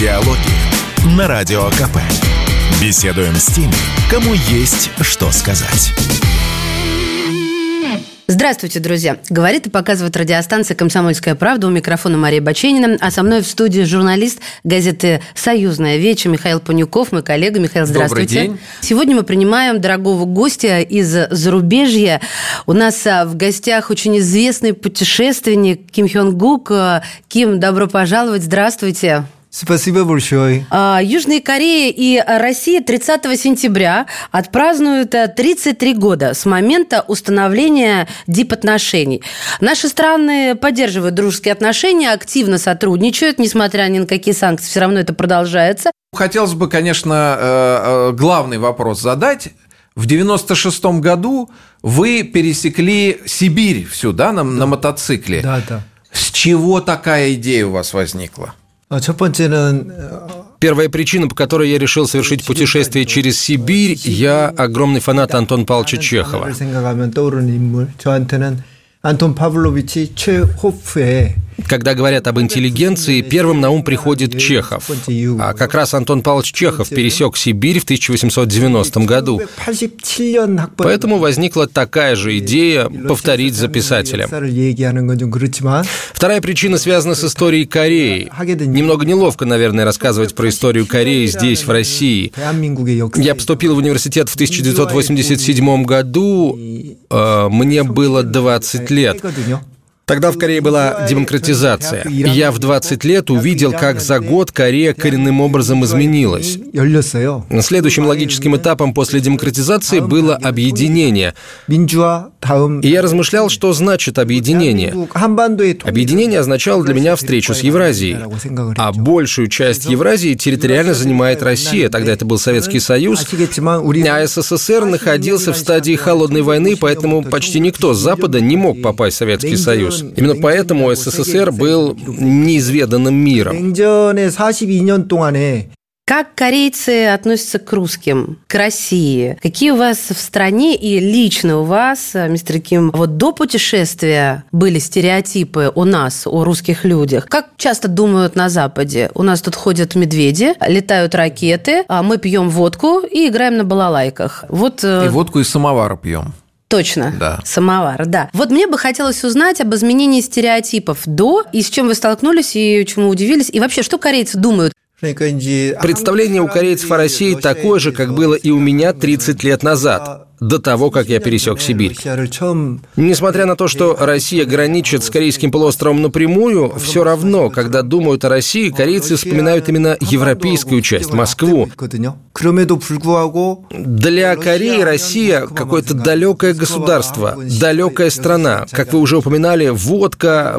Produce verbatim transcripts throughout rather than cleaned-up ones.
Диалоги на Радио КП. Беседуем с теми, кому есть что сказать. Здравствуйте, друзья. Говорит и показывает радиостанция «Комсомольская правда». У микрофона Мария Баченина. А со мной в студии журналист газеты «Союзная Веча» Михаил Панюков, мой коллега. Михаил, здравствуйте. Добрый день. Сегодня мы принимаем дорогого гостя из зарубежья. У нас в гостях очень известный путешественник Ким Хён Гук. Ким, добро пожаловать. Здравствуйте. Спасибо большое. Южная Корея и Россия тридцатого сентября отпразднуют тридцать три года с момента установления дипотношений. Наши страны поддерживают дружеские отношения, активно сотрудничают, несмотря ни на какие санкции, все равно это продолжается. Хотелось бы, конечно, главный вопрос задать. В девяносто шестом году вы пересекли Сибирь всю, да, на, да. на мотоцикле. Да, да. С чего такая идея у вас возникла? Первая причина, по которой я решил совершить путешествие через Сибирь, я огромный фанат Антона Павловича Чехова. Антон Павлович Чехов. Когда говорят об интеллигенции, первым на ум приходит Чехов. А как раз Антон Павлович Чехов пересек Сибирь в тысяча восемьсот девяностом году. Поэтому возникла такая же идея повторить за писателем. Вторая причина связана с историей Кореи. Немного неловко, наверное, рассказывать про историю Кореи здесь, в России. Я поступил в университет в тысяча девятьсот восемьдесят седьмом году, мне было двадцать лет. Тогда в Корее была демократизация. Я в двадцать лет увидел, как за год Корея коренным образом изменилась. Следующим логическим этапом после демократизации было объединение. И я размышлял, что значит объединение. Объединение означало для меня встречу с Евразией. А большую часть Евразии территориально занимает Россия. Тогда это был Советский Союз. А СССР находился в стадии холодной войны, поэтому почти никто с Запада не мог попасть в Советский Союз. Именно поэтому СССР был неизведанным миром. Как корейцы относятся к русским, к России? Какие у вас в стране и лично у вас, мистер Ким, вот до путешествия были стереотипы у нас, о русских людях? Как часто думают на Западе? У нас тут ходят медведи, летают ракеты, а мы пьем водку и играем на балалайках. Вот... И водку из самовара пьем. Точно, да. Самовар, да. Вот мне бы хотелось узнать об изменении стереотипов до, и с чем вы столкнулись, и чему удивились, и вообще, что корейцы думают? Представление у корейцев о России такое же, как было и у меня тридцать лет назад, до того, как я пересек Сибирь. Несмотря на то, что Россия граничит с Корейским полуостровом напрямую, все равно, когда думают о России, корейцы вспоминают именно европейскую часть, Москву. Для Кореи Россия – какое-то далекое государство, далекая страна. Как вы уже упоминали, водка,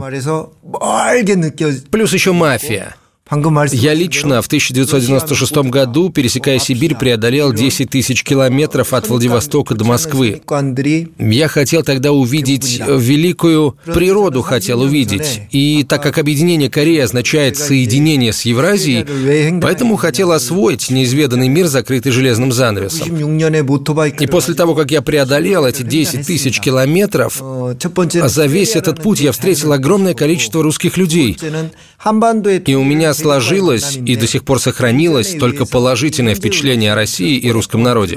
плюс еще мафия. Я лично в тысяча девятьсот девяносто шестом году, пересекая Сибирь, преодолел десять тысяч километров от Владивостока до Москвы. Я хотел тогда увидеть великую природу, хотел увидеть. И так как объединение Кореи означает соединение с Евразией, поэтому хотел освоить неизведанный мир, закрытый железным занавесом. И после того, как я преодолел эти десять тысяч километров, за весь этот путь я встретил огромное количество русских людей. И у меня сложилось и до сих пор сохранилось только положительное впечатление о России и русском народе.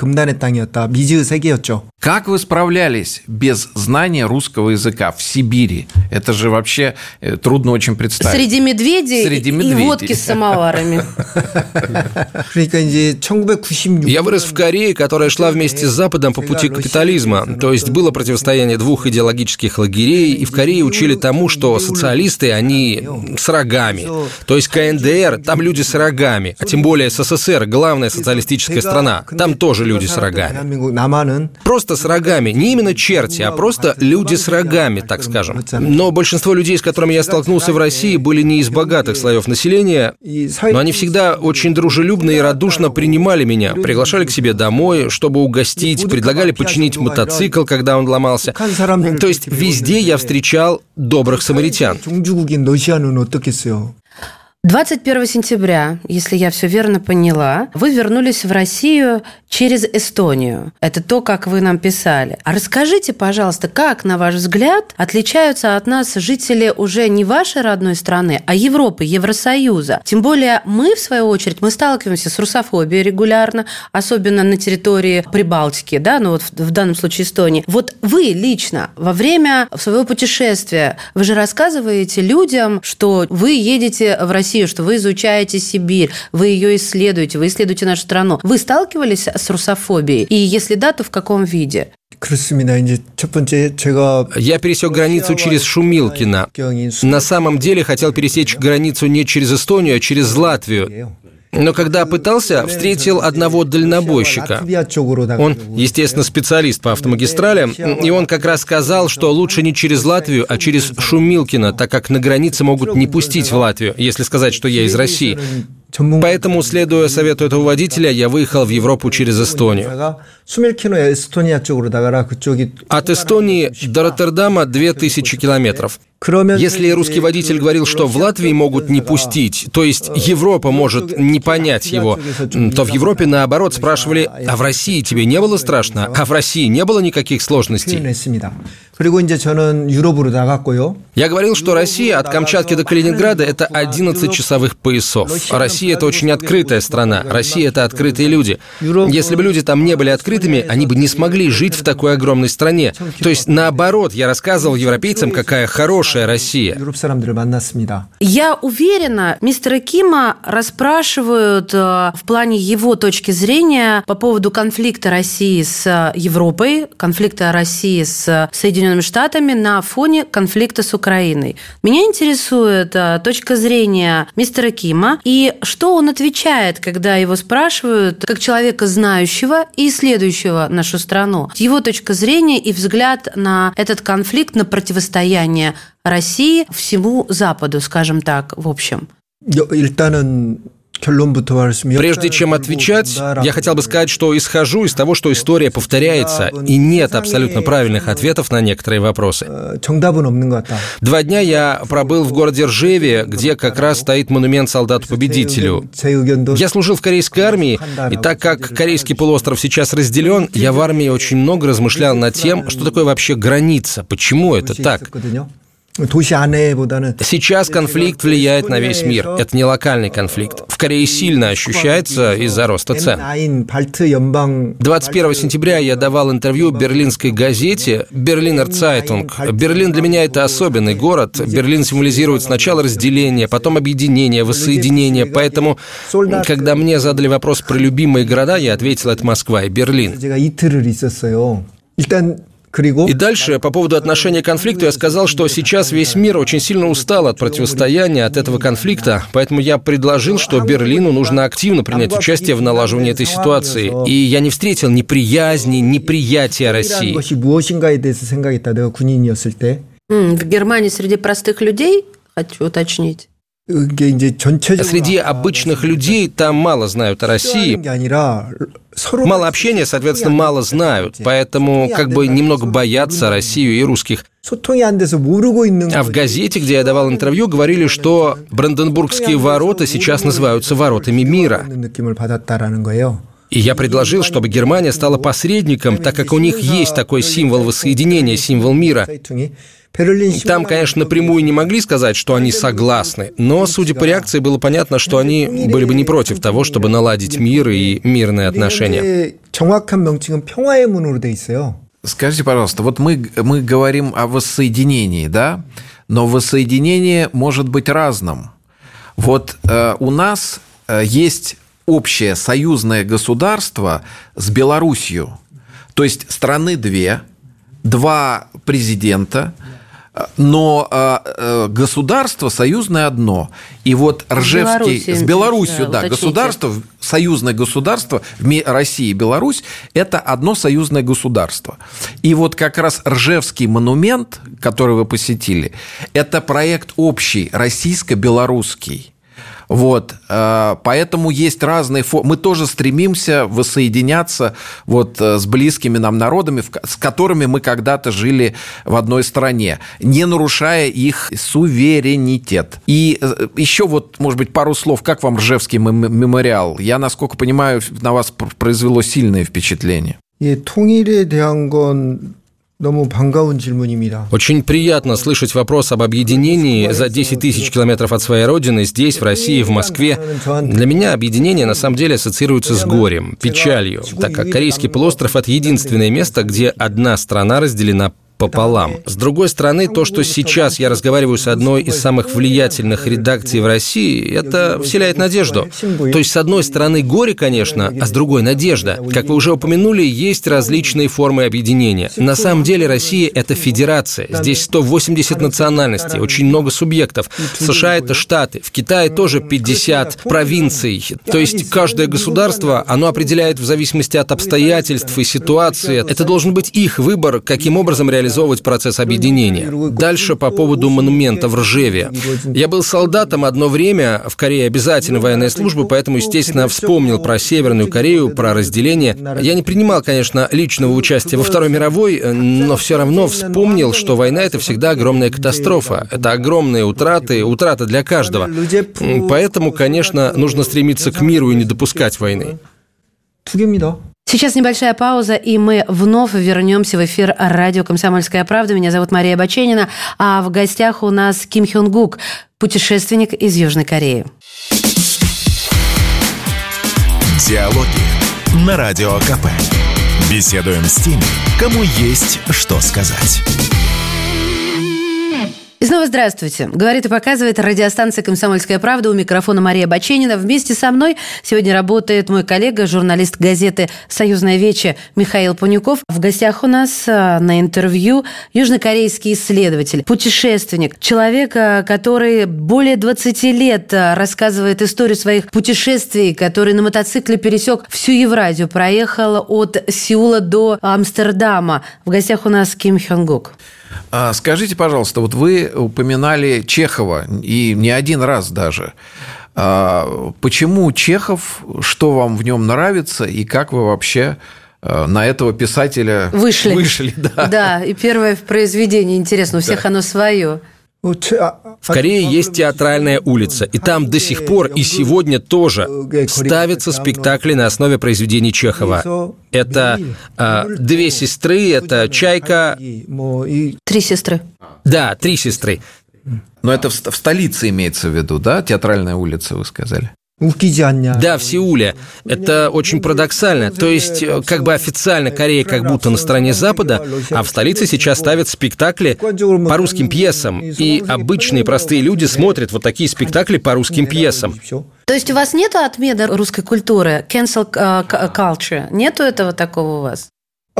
Как вы справлялись без знания русского языка в Сибири? Это же вообще трудно очень представить. Среди медведей, Среди медведей. И водки с самоварами. Я вырос в Корее, которая шла вместе с Западом по пути капитализма. То есть было противостояние двух идеологических лагерей, и в Корее учили тому, что социалисты, они с рогами. То есть КНДР, там люди с рогами, а тем более СССР, главная социалистическая страна, там тоже люди с рогами. Просто с рогами, не именно черти, а просто люди с рогами, так скажем. Но большинство людей, с которыми я столкнулся в России, были не из богатых слоев населения, но они всегда очень дружелюбно и радушно принимали меня, приглашали к себе домой, чтобы угостить, предлагали починить мотоцикл, когда он ломался. То есть везде я встречал добрых самаритян. двадцать первого сентября, если я все верно поняла, вы вернулись в Россию через Эстонию. Это то, как вы нам писали. А расскажите, пожалуйста, как, на ваш взгляд, отличаются от нас жители уже не вашей родной страны, а Европы, Евросоюза? Тем более мы, в свою очередь, мы сталкиваемся с русофобией регулярно, особенно на территории Прибалтики, да, ну вот в данном случае Эстонии. Вот вы лично во время своего путешествия, вы же рассказываете людям, что вы едете в Россию, что вы изучаете Сибирь, вы ее исследуете, вы исследуете нашу страну. Вы сталкивались с русофобией? И если да, то в каком виде? Я пересек границу через Шумилкино. На самом деле хотел пересечь границу не через Эстонию, а через Латвию. Но когда пытался, встретил одного дальнобойщика. Он, естественно, специалист по автомагистралям, и он как раз сказал, что лучше не через Латвию, а через Шумилкино, так как на границе могут не пустить в Латвию, если сказать, что я из России. Поэтому, следуя совету этого водителя, я выехал в Европу через Эстонию. От Эстонии до Роттердама две тысячи километров. Если русский водитель говорил, что в Латвии могут не пустить, то есть Европа может не понять его, то в Европе, наоборот, спрашивали, а в России тебе не было страшно? А в России не было никаких сложностей? Я говорил, что Россия от Камчатки до Калининграда – это одиннадцать часовых поясов. Россия – это очень открытая страна. Россия – это открытые люди. Если бы люди там не были открытыми, они бы не смогли жить в такой огромной стране. То есть, наоборот, я рассказывал европейцам, какая хорошая Россия. Я уверена, мистера Кима расспрашивают в плане его точки зрения по поводу конфликта России с Европой, конфликта России с Соединенными Штатами на фоне конфликта с Украиной. Меня интересует точка зрения мистера Кима и что он отвечает, когда его спрашивают, как человека, знающего и исследующего нашу страну. Его точка зрения и взгляд на этот конфликт, на противостояние России всему Западу, скажем так, в общем. Прежде чем отвечать, я хотел бы сказать, что исхожу из того, что история повторяется, и нет абсолютно правильных ответов на некоторые вопросы. Два дня я пробыл в городе Ржеве, где как раз стоит монумент солдату-победителю. Я служил в корейской армии, и так как корейский полуостров сейчас разделен, я в армии очень много размышлял над тем, что такое вообще граница, почему это так. Сейчас конфликт влияет на весь мир. Это не локальный конфликт. В Корее сильно ощущается из-за роста цен. двадцать первого сентября я давал интервью берлинской газете «Берлинер Цайтунг». Берлин для меня – это особенный город. Берлин символизирует сначала разделение, потом объединение, воссоединение. Поэтому, когда мне задали вопрос про любимые города, я ответил – это Москва и Берлин. И дальше, по поводу отношения к конфликту, я сказал, что сейчас весь мир очень сильно устал от противостояния, от этого конфликта, поэтому я предложил, что Берлину нужно активно принять участие в налаживании этой ситуации. И я не встретил ни приязни, ни приятия России. В Германии среди простых людей, хочу уточнить? Среди обычных людей там мало знают о России. Мало общения, соответственно, мало знают. Поэтому как бы немного боятся Россию и русских. А в газете, где я давал интервью, говорили, что Бранденбургские ворота сейчас называются воротами мира. И я предложил, чтобы Германия стала посредником, так как у них есть такой символ воссоединения, символ мира. Там, конечно, напрямую не могли сказать, что они согласны, но, судя по реакции, было понятно, что они были бы не против того, чтобы наладить мир и мирные отношения. Скажите, пожалуйста, вот мы, мы говорим о воссоединении, да? Но воссоединение может быть разным. Вот э, у нас э, есть общее союзное государство с Белоруссией. То есть страны две, два президента, но э, государство союзное одно. И вот Ржевский... С Белоруссией, да, государство, союзное государство, Россия и Беларусь, это одно союзное государство. И вот как раз Ржевский монумент, который вы посетили, это проект общий, российско-белорусский. Вот, поэтому есть разные формы. Мы тоже стремимся воссоединяться вот с близкими нам народами, с которыми мы когда-то жили в одной стране, не нарушая их суверенитет. И еще вот, может быть, пару слов. Как вам Ржевский мемориал? Я, насколько понимаю, на вас произвело сильное впечатление. Очень приятно слышать вопрос об объединении за десять тысяч километров от своей родины, здесь, в России, в Москве. Для меня объединение, на самом деле, ассоциируется с горем, печалью, так как Корейский полуостров – это единственное место, где одна страна разделена пополам. С другой стороны, то, что сейчас я разговариваю с одной из самых влиятельных редакций в России, это вселяет надежду. То есть, с одной стороны, горе, конечно, а с другой – надежда. Как вы уже упомянули, есть различные формы объединения. На самом деле, Россия – это федерация. Здесь сто восемьдесят национальностей, очень много субъектов. США – это штаты. В Китае тоже пятьдесят провинций. То есть, каждое государство, оно определяет в зависимости от обстоятельств и ситуации. Это должен быть их выбор, каким образом реализовать реализовывать процесс объединения. Дальше по поводу монумента в Ржеве. Я был солдатом одно время, в Корее обязательно военная служба, поэтому, естественно, вспомнил про Северную Корею, про разделение. Я не принимал, конечно, личного участия во Второй мировой, но все равно вспомнил, что война – это всегда огромная катастрофа. Это огромные утраты, утрата для каждого. Поэтому, конечно, нужно стремиться к миру и не допускать войны. Сейчас небольшая пауза, и мы вновь вернемся в эфир радио «Комсомольская правда». Меня зовут Мария Баченина, а в гостях у нас Ким Хён Гук, путешественник из Южной Кореи. Диалоги на Радио КП. Беседуем с теми, кому есть что сказать. И снова здравствуйте. Говорит и показывает радиостанция «Комсомольская правда». У микрофона Мария Баченина. Вместе со мной сегодня работает мой коллега, журналист газеты «Союзная Вече» Михаил Панюков. В гостях у нас на интервью южнокорейский исследователь, путешественник, человек, который более двадцати лет рассказывает историю своих путешествий, который на мотоцикле пересек всю Евразию, проехал от Сеула до Амстердама. В гостях у нас Ким Хён Гук. Скажите, пожалуйста, вот вы упоминали Чехова, и не один раз даже. Почему Чехов, что вам в нем нравится, и как вы вообще на этого писателя вышли? Вышли, да. Да, и первое произведение, интересно, у всех да. Оно свое. В Корее есть театральная улица, и там до сих пор и сегодня тоже ставятся спектакли на основе произведений Чехова. Это э, «Две сестры», это «Чайка». Три сестры. Да, «Три сестры». Но это в, в столице имеется в виду, да? Театральная улица, вы сказали. Да, в Сеуле. Это очень парадоксально. То есть, как бы официально Корея как будто на стороне Запада, а в столице сейчас ставят спектакли по русским пьесам. И обычные простые люди смотрят вот такие спектакли по русским пьесам. То есть у вас нету отмены русской культуры, cancel culture? Нету этого такого у вас?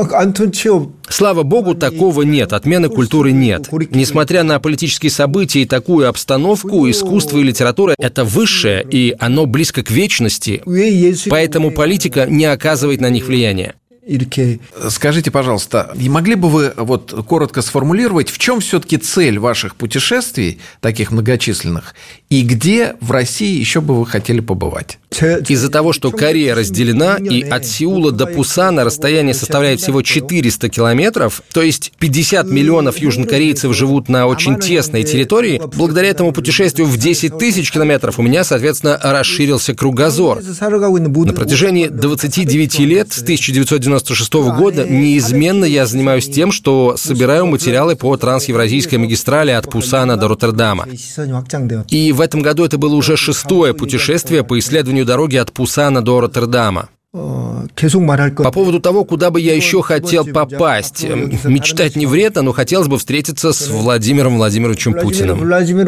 Слава богу, такого нет, отмены культуры нет. Несмотря на политические события и такую обстановку, искусство и литература – это высшее, и оно близко к вечности, поэтому политика не оказывает на них влияния. Скажите, пожалуйста, не могли бы вы вот коротко сформулировать, в чем все-таки цель ваших путешествий, таких многочисленных, и где в России еще бы вы хотели побывать? Из-за того, что Корея разделена, и от Сеула до Пусана расстояние составляет всего четыреста километров, то есть пятьдесят миллионов южнокорейцев живут на очень тесной территории, благодаря этому путешествию в десять тысяч километров у меня, соответственно, расширился кругозор. На протяжении двадцати девяти лет, с тысяча девятьсот девяносто шестого года, неизменно я занимаюсь тем, что собираю материалы по трансевразийской магистрали от Пусана до Роттердама. И в этом году это было уже шестое путешествие по исследованию дороги от Пусана до Роттердама. По поводу того, куда бы я еще хотел попасть. Мечтать не вредно, но хотелось бы встретиться с Владимиром Владимировичем Путиным.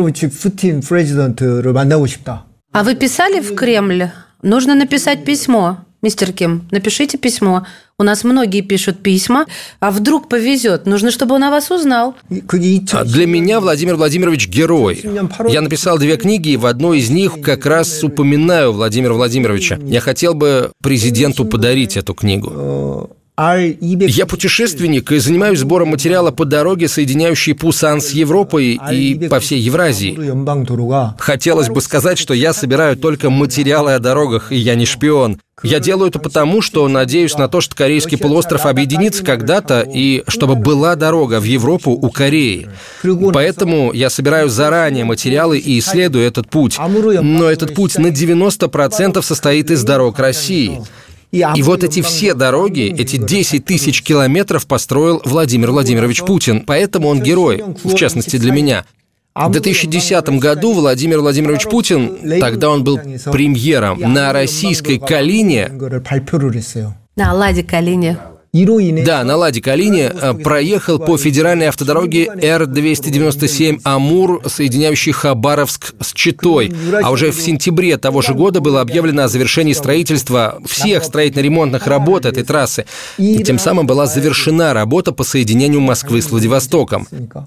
А вы писали в Кремль? Нужно написать письмо. Мистер Ким, напишите письмо. У нас многие пишут письма. А вдруг повезет? Нужно, чтобы он о вас узнал. Для меня Владимир Владимирович герой. Я написал две книги, и в одной из них как раз упоминаю Владимира Владимировича. Я хотел бы президенту подарить эту книгу. Я путешественник и занимаюсь сбором материала по дороге, соединяющей Пусан с Европой и по всей Евразии. Хотелось бы сказать, что я собираю только материалы о дорогах, и я не шпион. Я делаю это потому, что надеюсь на то, что Корейский полуостров объединится когда-то, и чтобы была дорога в Европу у Кореи. Поэтому я собираю заранее материалы и исследую этот путь. Но этот путь на девяносто процентов состоит из дорог России. И вот эти все дороги, эти десять тысяч километров построил Владимир Владимирович Путин. Поэтому он герой, в частности для меня. В две тысячи десятом году Владимир Владимирович Путин, тогда он был премьером, на российской Калине, на «Ладе Калине». Да, на «Ладе Калине» проехал по федеральной автодороге Эр двести девяносто семь «Амур», соединяющий Хабаровск с Читой. А уже в сентябре того же года было объявлено о завершении строительства всех строительно-ремонтных работ этой трассы. И тем самым была завершена работа по соединению Москвы с Владивостоком.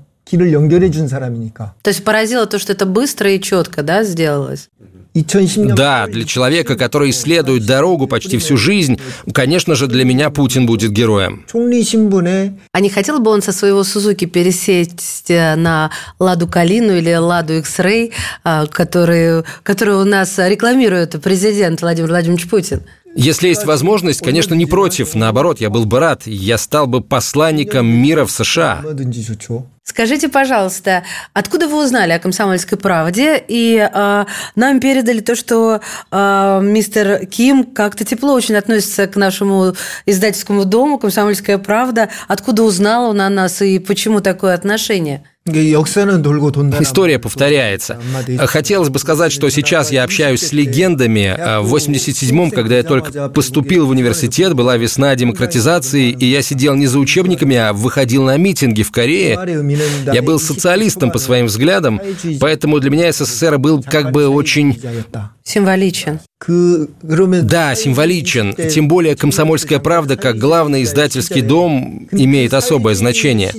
То есть поразило то, что это быстро и четко, да, сделалось? Да, для человека, который исследует дорогу почти всю жизнь, конечно же, для меня Путин будет героем. А не хотел бы он со своего Сузуки пересесть на «Ладу Калину» или «Ладу X-Ray», которую, которую у нас рекламирует президент Владимир Владимирович Путин? Если есть возможность, конечно, не против. Наоборот, я был бы рад. Я стал бы посланником мира в США. Скажите, пожалуйста, откуда вы узнали о «Комсомольской правде?» И э, нам передали то, что э, мистер Ким как-то тепло очень относится к нашему издательскому дому «Комсомольская правда». Откуда узнал он о нас и почему такое отношение? История повторяется. Хотелось бы сказать, что сейчас я общаюсь с легендами. В восемьдесят седьмом, когда я только поступил в университет, была весна демократизации, и я сидел не за учебниками, а выходил на митинги в Корее. Я был социалистом по своим взглядам, поэтому для меня СССР был как бы очень... Символичен. Да, символичен. Тем более «Комсомольская правда» как главный издательский дом имеет особое значение.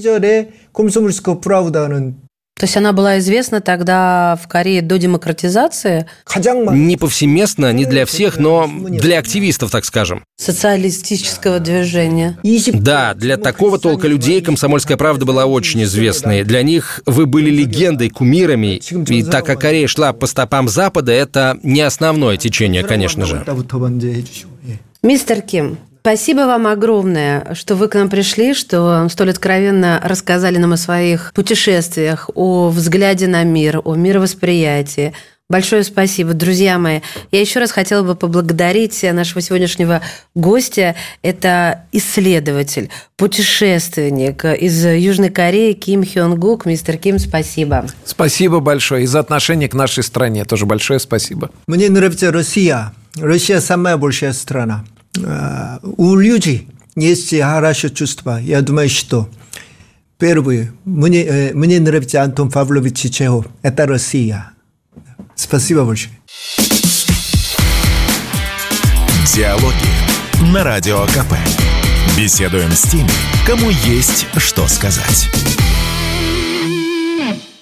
То есть она была известна тогда в Корее до демократизации? Не повсеместно, не для всех, но для активистов, так скажем. Социалистического движения. Да, для такого толка людей «Комсомольская правда» была очень известной. Для них вы были легендой, кумирами. И так как Корея шла по стопам Запада, это не основное течение, конечно же. Мистер Ким, спасибо вам огромное, что вы к нам пришли, что столь откровенно рассказали нам о своих путешествиях, о взгляде на мир, о мировосприятии. Большое спасибо, друзья мои. Я еще раз хотела бы поблагодарить нашего сегодняшнего гостя. Это исследователь, путешественник из Южной Кореи Ким Хён Гук. Мистер Ким, спасибо. Спасибо большое. И за отношение к нашей стране тоже большое спасибо. Мне нравится Россия. Россия самая большая страна. У людей есть хорошее чувство. Я думаю, что первое, мне, мне нравится Антон Павлович Чехов. Это Россия. Спасибо большое. Диалоги на Радио КП. Беседуем с теми, кому есть что сказать.